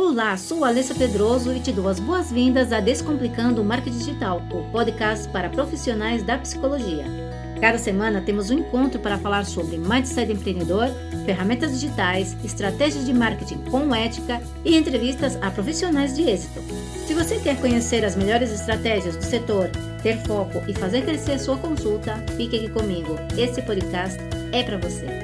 Olá, sou a Alessa Pedroso e te dou as boas-vindas a Descomplicando o Marketing Digital, o podcast para profissionais da psicologia. Cada semana temos um encontro para falar sobre mindset empreendedor, ferramentas digitais, estratégias de marketing com ética e entrevistas a profissionais de êxito. Se você quer conhecer as melhores estratégias do setor, ter foco e fazer crescer sua consulta, fique aqui comigo. Esse podcast é para você.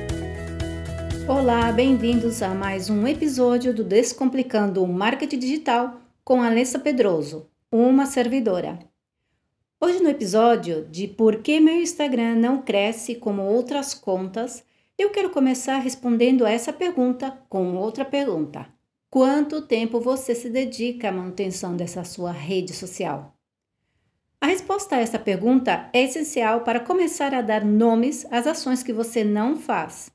Olá, bem-vindos a mais um episódio do Descomplicando o Marketing Digital com a Alessa Pedroso, uma servidora. Hoje no episódio de Por que meu Instagram não cresce como outras contas, eu quero começar respondendo a essa pergunta com outra pergunta. Quanto tempo você se dedica à manutenção dessa sua rede social? A resposta a essa pergunta é essencial para começar a dar nomes às ações que você não faz.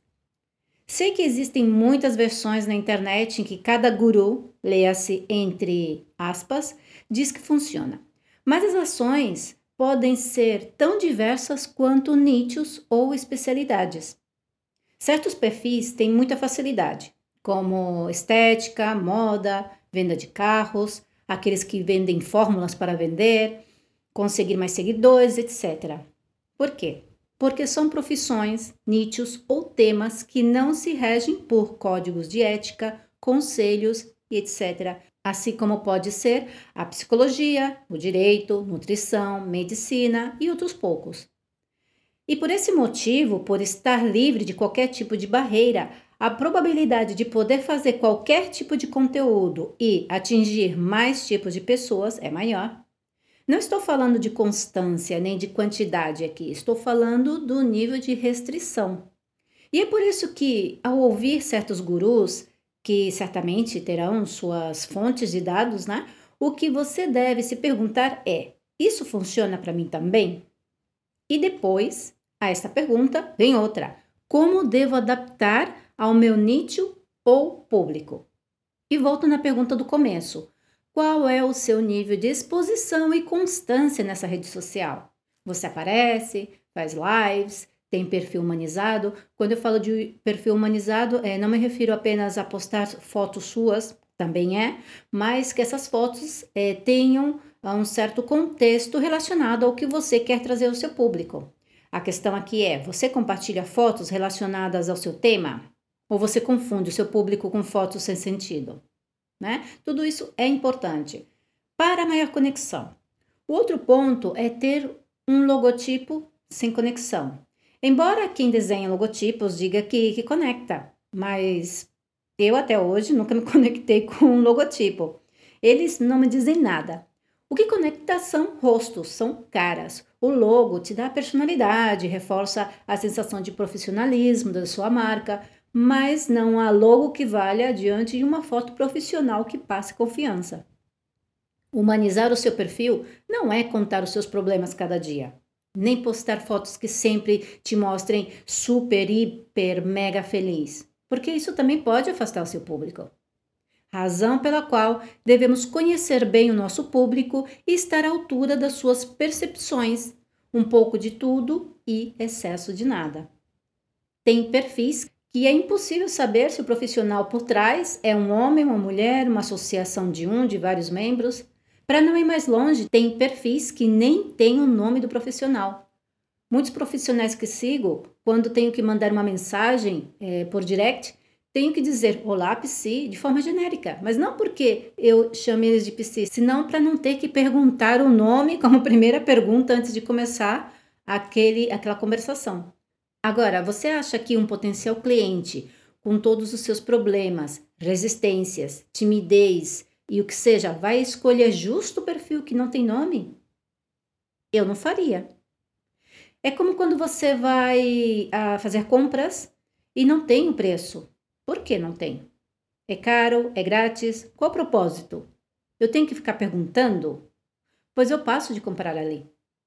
Sei que existem muitas versões na internet em que cada guru, leia-se entre aspas, diz que funciona. Mas as ações podem ser tão diversas quanto nichos ou especialidades. Certos perfis têm muita facilidade, como estética, moda, venda de carros, aqueles que vendem fórmulas para vender, conseguir mais seguidores, etc. Por quê? Porque são profissões, nichos ou temas que não se regem por códigos de ética, conselhos e etc., assim como pode ser a psicologia, o direito, nutrição, medicina e outros poucos. E por esse motivo, por estar livre de qualquer tipo de barreira, a probabilidade de poder fazer qualquer tipo de conteúdo e atingir mais tipos de pessoas é maior. Não estou falando de constância nem de quantidade aqui, estou falando do nível de restrição. E é por isso que, ao ouvir certos gurus, que certamente terão suas fontes de dados, o que você deve se perguntar é: isso funciona para mim também? E depois, a esta pergunta, vem outra: como devo adaptar ao meu nicho ou público? E volto na pergunta do começo. Qual é o seu nível de exposição e constância nessa rede social? Você aparece, faz lives, tem perfil humanizado? Quando eu falo de perfil humanizado, não me refiro apenas a postar fotos suas, também mas que essas fotos tenham um certo contexto relacionado ao que você quer trazer ao seu público. A questão aqui é, você compartilha fotos relacionadas ao seu tema? Ou você confunde o seu público com fotos sem sentido? Tudo isso é importante para a maior conexão. O outro ponto é ter um logotipo sem conexão. Embora quem desenha logotipos diga que conecta, mas eu até hoje nunca me conectei com um logotipo. Eles não me dizem nada. O que conecta são rostos, são caras. O logo te dá personalidade, reforça a sensação de profissionalismo da sua marca, mas não há logo que valha diante de uma foto profissional que passe confiança. Humanizar o seu perfil não é contar os seus problemas cada dia, nem postar fotos que sempre te mostrem super, hiper, mega feliz, porque isso também pode afastar o seu público. Razão pela qual devemos conhecer bem o nosso público e estar à altura das suas percepções, um pouco de tudo e excesso de nada. Tem perfis que é impossível saber se o profissional por trás é um homem, uma mulher, uma associação de vários membros. Para não ir mais longe, tem perfis que nem têm o nome do profissional. Muitos profissionais que sigo, quando tenho que mandar uma mensagem por direct, tenho que dizer olá psi de forma genérica, mas não porque eu chamo eles de psi, senão para não ter que perguntar o nome como primeira pergunta antes de começar aquela conversação. Agora, você acha que um potencial cliente, com todos os seus problemas, resistências, timidez e o que seja, vai escolher justo o perfil que não tem nome? Eu não faria. É como quando você vai fazer compras e não tem o preço. Por que não tem? É caro? É grátis? Qual o propósito? Eu tenho que ficar perguntando? Pois eu passo de comprar ali.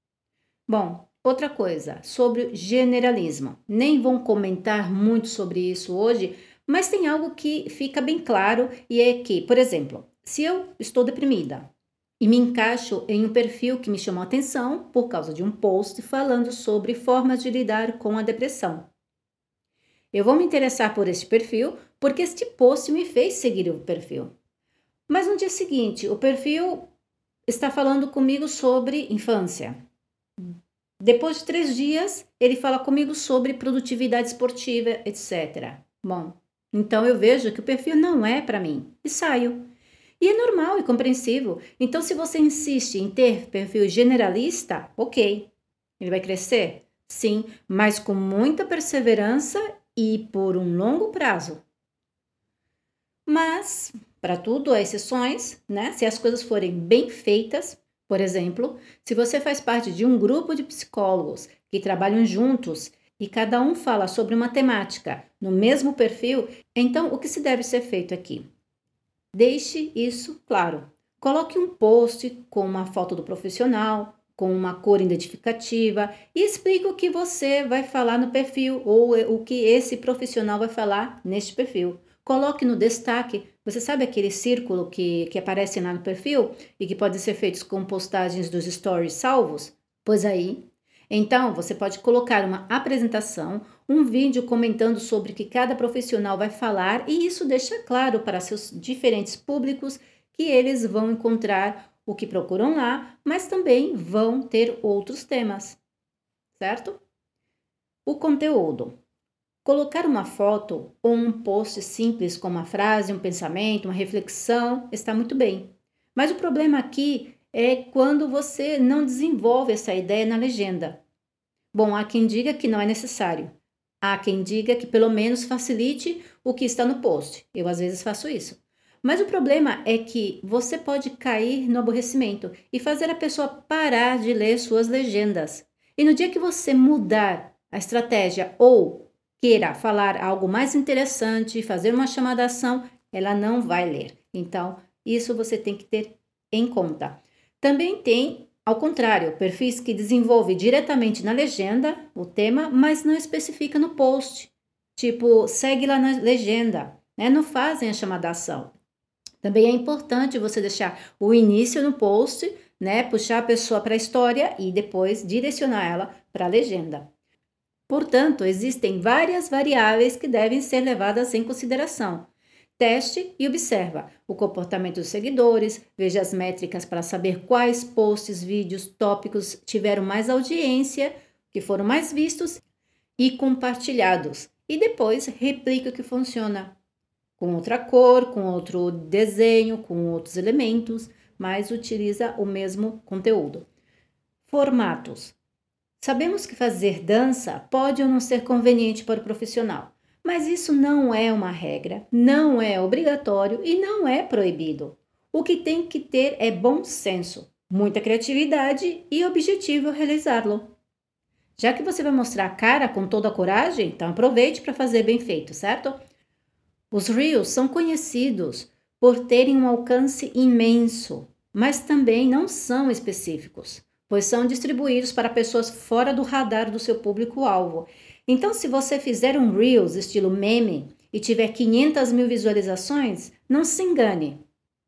Bom, outra coisa, sobre generalismo. Nem vou comentar muito sobre isso hoje, mas tem algo que fica bem claro e é que, por exemplo, se eu estou deprimida e me encaixo em um perfil que me chamou a atenção por causa de um post falando sobre formas de lidar com a depressão. Eu vou me interessar por este perfil porque este post me fez seguir o perfil. Mas no dia seguinte, o perfil está falando comigo sobre infância. Depois de 3 dias, ele fala comigo sobre produtividade esportiva, etc. Bom, então eu vejo que o perfil não é para mim e saio. E é normal e compreensível. Então, se você insiste em ter perfil generalista, ok. Ele vai crescer? Sim, mas com muita perseverança e por um longo prazo. Mas, para tudo há exceções, né? Se as coisas forem bem feitas, por exemplo, se você faz parte de um grupo de psicólogos que trabalham juntos e cada um fala sobre uma temática no mesmo perfil, então o que se deve ser feito aqui? Deixe isso claro. Coloque um post com uma foto do profissional, com uma cor identificativa e explique o que você vai falar no perfil ou o que esse profissional vai falar neste perfil. Coloque no destaque, você sabe aquele círculo que aparece lá no perfil e que pode ser feito com postagens dos stories salvos? Pois aí. Então, você pode colocar uma apresentação, um vídeo comentando sobre o que cada profissional vai falar e isso deixa claro para seus diferentes públicos que eles vão encontrar o que procuram lá, mas também vão ter outros temas, certo? O conteúdo. Colocar uma foto ou um post simples com uma frase, um pensamento, uma reflexão está muito bem. Mas o problema aqui é quando você não desenvolve essa ideia na legenda. Bom, há quem diga que não é necessário. Há quem diga que pelo menos facilite o que está no post. Eu às vezes faço isso. Mas o problema é que você pode cair no aborrecimento e fazer a pessoa parar de ler suas legendas. E no dia que você mudar a estratégia ou queira falar algo mais interessante, fazer uma chamada à ação, ela não vai ler. Então, isso você tem que ter em conta. Também tem, ao contrário, perfis que desenvolvem diretamente na legenda o tema, mas não especifica no post. Tipo, segue lá na legenda, né? Não fazem a chamada à ação. Também é importante você deixar o início no post, né? Puxar a pessoa para a história e depois direcionar ela para a legenda. Portanto, existem várias variáveis que devem ser levadas em consideração. Teste e observa o comportamento dos seguidores, veja as métricas para saber quais posts, vídeos, tópicos tiveram mais audiência, que foram mais vistos e compartilhados. E depois replica o que funciona. Com outra cor, com outro desenho, com outros elementos, mas utiliza o mesmo conteúdo. Formatos. Sabemos que fazer dança pode ou não ser conveniente para o profissional, mas isso não é uma regra, não é obrigatório e não é proibido. O que tem que ter é bom senso, muita criatividade e objetivo realizá-lo. Já que você vai mostrar a cara com toda a coragem, então aproveite para fazer bem feito, certo? Os Reels são conhecidos por terem um alcance imenso, mas também não são específicos, pois são distribuídos para pessoas fora do radar do seu público-alvo. Então, se você fizer um Reels estilo meme e tiver 500 mil visualizações, não se engane.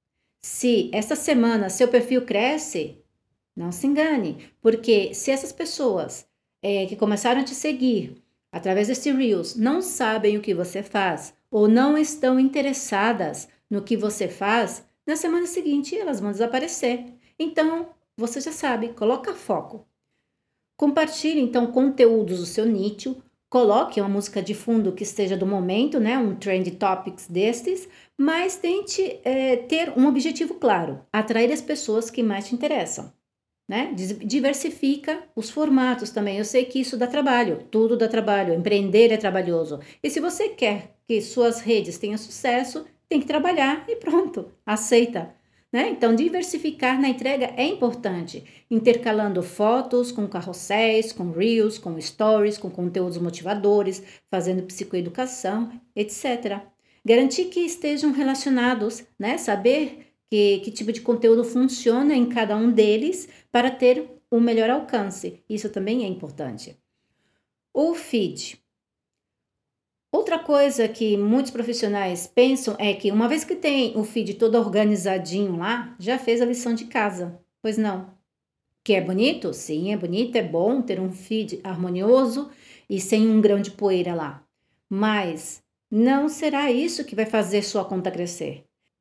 Se essa semana seu perfil cresce, não se engane, porque se essas pessoas que começaram a te seguir através desse Reels não sabem o que você faz ou não estão interessadas no que você faz, na semana seguinte elas vão desaparecer. Então, você já sabe, coloca foco. Compartilhe, então, conteúdos do seu nicho, coloque uma música de fundo que esteja do momento, né, um trend topics destes, mas tente ter um objetivo claro, atrair as pessoas que mais te interessam. Né? Diversifica os formatos também. Eu sei que isso dá trabalho, tudo dá trabalho, empreender é trabalhoso. E se você quer que suas redes tenham sucesso, tem que trabalhar e pronto, aceita. Né? Então, diversificar na entrega é importante, intercalando fotos com carrosséis, com reels, com stories, com conteúdos motivadores, fazendo psicoeducação, etc. Garantir que estejam relacionados, né? Saber que tipo de conteúdo funciona em cada um deles para ter um melhor alcance. Isso também é importante. O feed. Outra coisa que muitos profissionais pensam é que uma vez que tem o feed todo organizadinho lá, já fez a lição de casa. Pois não. Que é bonito? Sim, é bonito, é bom ter um feed harmonioso e sem um grão de poeira lá. Mas não será isso que vai fazer sua conta crescer.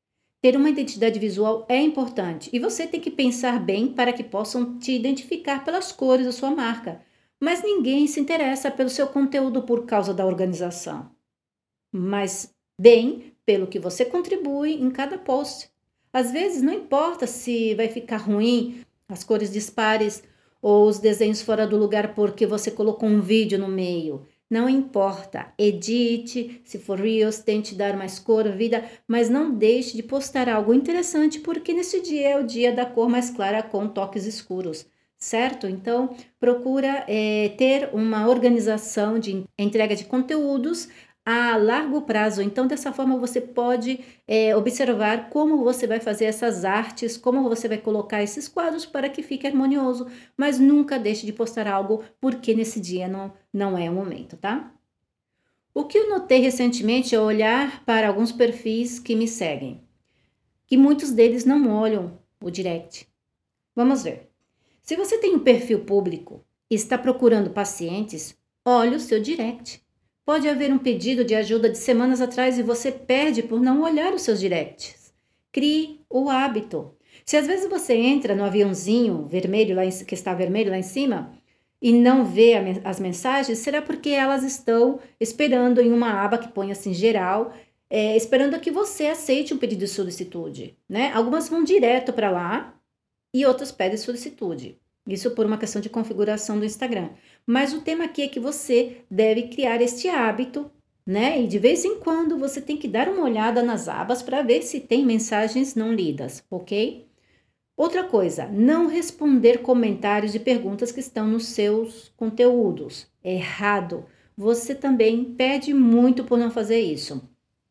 Ter uma identidade visual é importante e você tem que pensar bem para que possam te identificar pelas cores da sua marca. Mas ninguém se interessa pelo seu conteúdo por causa da organização, mas bem pelo que você contribui em cada post. Às vezes não importa se vai ficar ruim, as cores dispares ou os desenhos fora do lugar porque você colocou um vídeo no meio. Não importa, edite, se for Reels, tente dar mais cor, vida, mas não deixe de postar algo interessante porque nesse dia é o dia da cor mais clara com toques escuros, certo? Então, procura ter uma organização de entrega de conteúdos a largo prazo. Então, dessa forma, você pode observar como você vai fazer essas artes, como você vai colocar esses quadros para que fique harmonioso, mas nunca deixe de postar algo porque nesse dia não é o momento, tá? O que eu notei recentemente é olhar para alguns perfis que me seguem, que muitos deles não olham o direct. Vamos ver. Se você tem um perfil público e está procurando pacientes, olhe o seu direct. Pode haver um pedido de ajuda de semanas atrás e você perde por não olhar os seus directs. Crie o hábito. Se às vezes você entra no aviãozinho vermelho que está vermelho lá em cima e não vê as mensagens, será porque elas estão esperando em uma aba que põe assim geral, esperando que você aceite um pedido de solicitude, né? Algumas vão direto para lá e outras pedem solicitude. Isso por uma questão de configuração do Instagram. Mas o tema aqui é que você deve criar este hábito, né? E de vez em quando você tem que dar uma olhada nas abas para ver se tem mensagens não lidas, ok? Outra coisa, não responder comentários e perguntas que estão nos seus conteúdos. Errado. Você também perde muito por não fazer isso.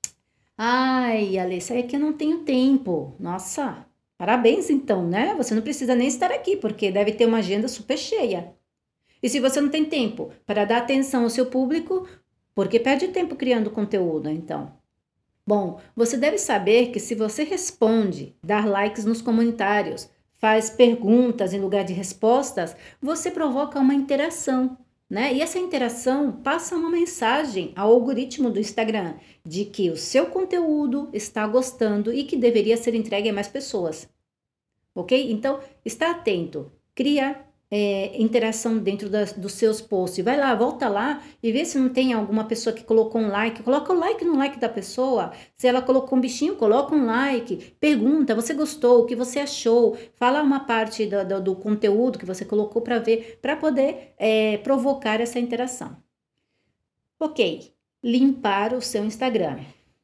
Ai, Alessa, é que eu não tenho tempo. Nossa, parabéns então, né? Você não precisa nem estar aqui, porque deve ter uma agenda super cheia. E se você não tem tempo para dar atenção ao seu público, por que perde tempo criando conteúdo, então? Bom, você deve saber que se você responde, dar likes nos comentários, faz perguntas em lugar de respostas, você provoca uma interação, né? E essa interação passa uma mensagem ao algoritmo do Instagram de que o seu conteúdo está gostando e que deveria ser entregue a mais pessoas. Ok? Então, está atento. Cria interação dentro dos seus posts. Vai lá, volta lá e vê se não tem alguma pessoa que colocou um like. Coloca o like no like da pessoa. Se ela colocou um bichinho, coloca um like. Pergunta, você gostou? O que você achou? Fala uma parte do conteúdo que você colocou para ver, para poder provocar essa interação. Ok, limpar o seu Instagram.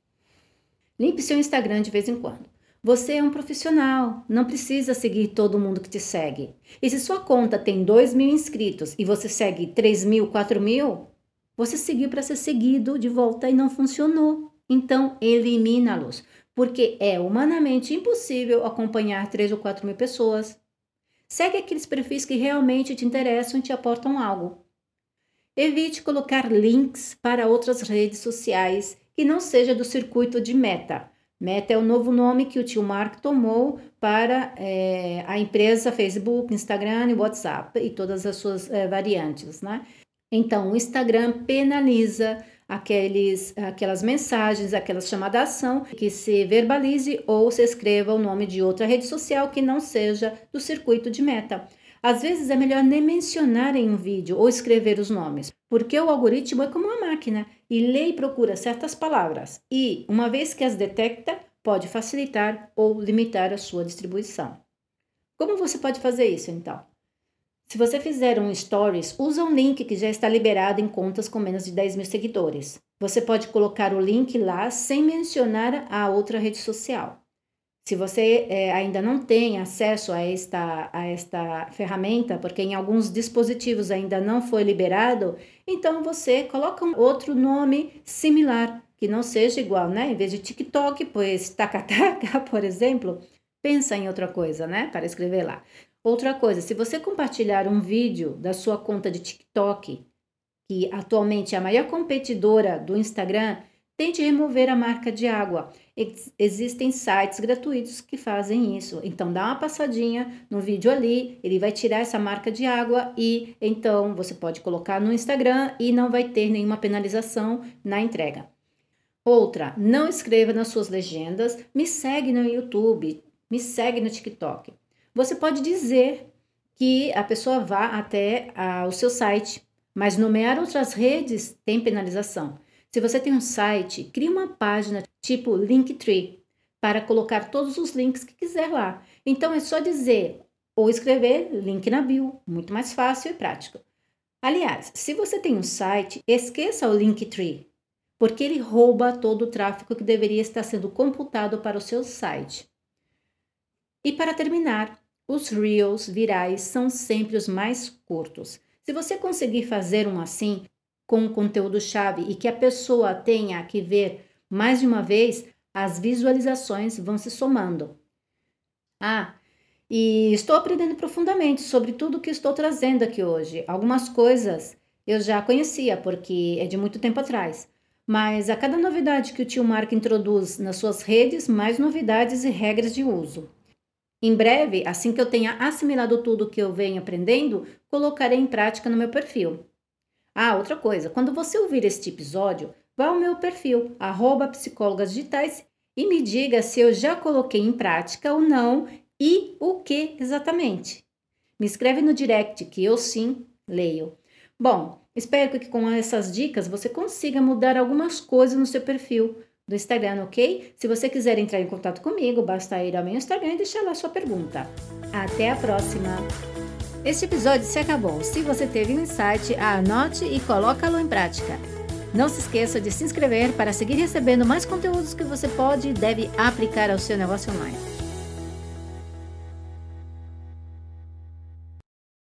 Limpe seu Instagram de vez em quando. Você é um profissional, não precisa seguir todo mundo que te segue. E se sua conta tem 2.000 inscritos e você segue 3.000, 4.000, você seguiu para ser seguido de volta e não funcionou. Então, elimina-los, porque é humanamente impossível acompanhar 3 ou 4.000 pessoas. Segue aqueles perfis que realmente te interessam e te aportam algo. Evite colocar links para outras redes sociais que não seja do circuito de Meta. Meta é o novo nome que o tio Mark tomou para a empresa Facebook, Instagram e WhatsApp e todas as suas variantes, né? Então, o Instagram penaliza aquelas mensagens, aquelas chamadas a ação que se verbalize ou se escreva o nome de outra rede social que não seja do circuito de Meta. Às vezes é melhor nem mencionar em um vídeo ou escrever os nomes, porque o algoritmo é como uma máquina e lê e procura certas palavras e, uma vez que as detecta, pode facilitar ou limitar a sua distribuição. Como você pode fazer isso, então? Se você fizer um stories, usa um link que já está liberado em contas com menos de 10.000 seguidores. Você pode colocar o link lá sem mencionar a outra rede social. Se você ainda não tem acesso a esta ferramenta, porque em alguns dispositivos ainda não foi liberado, então você coloca um outro nome similar, que não seja igual, né? Em vez de TikTok, pois taca-taca, por exemplo, pensa em outra coisa, né? Para escrever lá. Outra coisa, se você compartilhar um vídeo da sua conta de TikTok, que atualmente é a maior competidora do Instagram, tente remover a marca de água. Existem sites gratuitos que fazem isso. Então, dá uma passadinha no vídeo ali, ele vai tirar essa marca de água e então você pode colocar no Instagram e não vai ter nenhuma penalização na entrega. Outra, não escreva nas suas legendas, me segue no YouTube, me segue no TikTok. Você pode dizer que a pessoa vá até o seu site, mas nomear outras redes tem penalização. Se você tem um site, crie uma página tipo Linktree para colocar todos os links que quiser lá. Então é só dizer ou escrever link na bio, muito mais fácil e prático. Aliás, se você tem um site, esqueça o Linktree, porque ele rouba todo o tráfego que deveria estar sendo computado para o seu site. E para terminar, os Reels virais são sempre os mais curtos. Se você conseguir fazer um assim, com um conteúdo-chave e que a pessoa tenha que ver mais de uma vez, as visualizações vão se somando. E estou aprendendo profundamente sobre tudo que estou trazendo aqui hoje. Algumas coisas eu já conhecia, porque é de muito tempo atrás. Mas a cada novidade que o tio Marco introduz nas suas redes, mais novidades e regras de uso. Em breve, assim que eu tenha assimilado tudo que eu venho aprendendo, colocarei em prática no meu perfil. Outra coisa, quando você ouvir este episódio, vá ao meu perfil, @psicólogasdigitais, e me diga se eu já coloquei em prática ou não e o que exatamente. Me escreve no direct que eu sim leio. Bom, espero que com essas dicas você consiga mudar algumas coisas no seu perfil do Instagram, ok? Se você quiser entrar em contato comigo, basta ir ao meu Instagram e deixar lá sua pergunta. Até a próxima! Este episódio se acabou. Se você teve um insight, anote e coloque-lo em prática. Não se esqueça de se inscrever para seguir recebendo mais conteúdos que você pode e deve aplicar ao seu negócio online.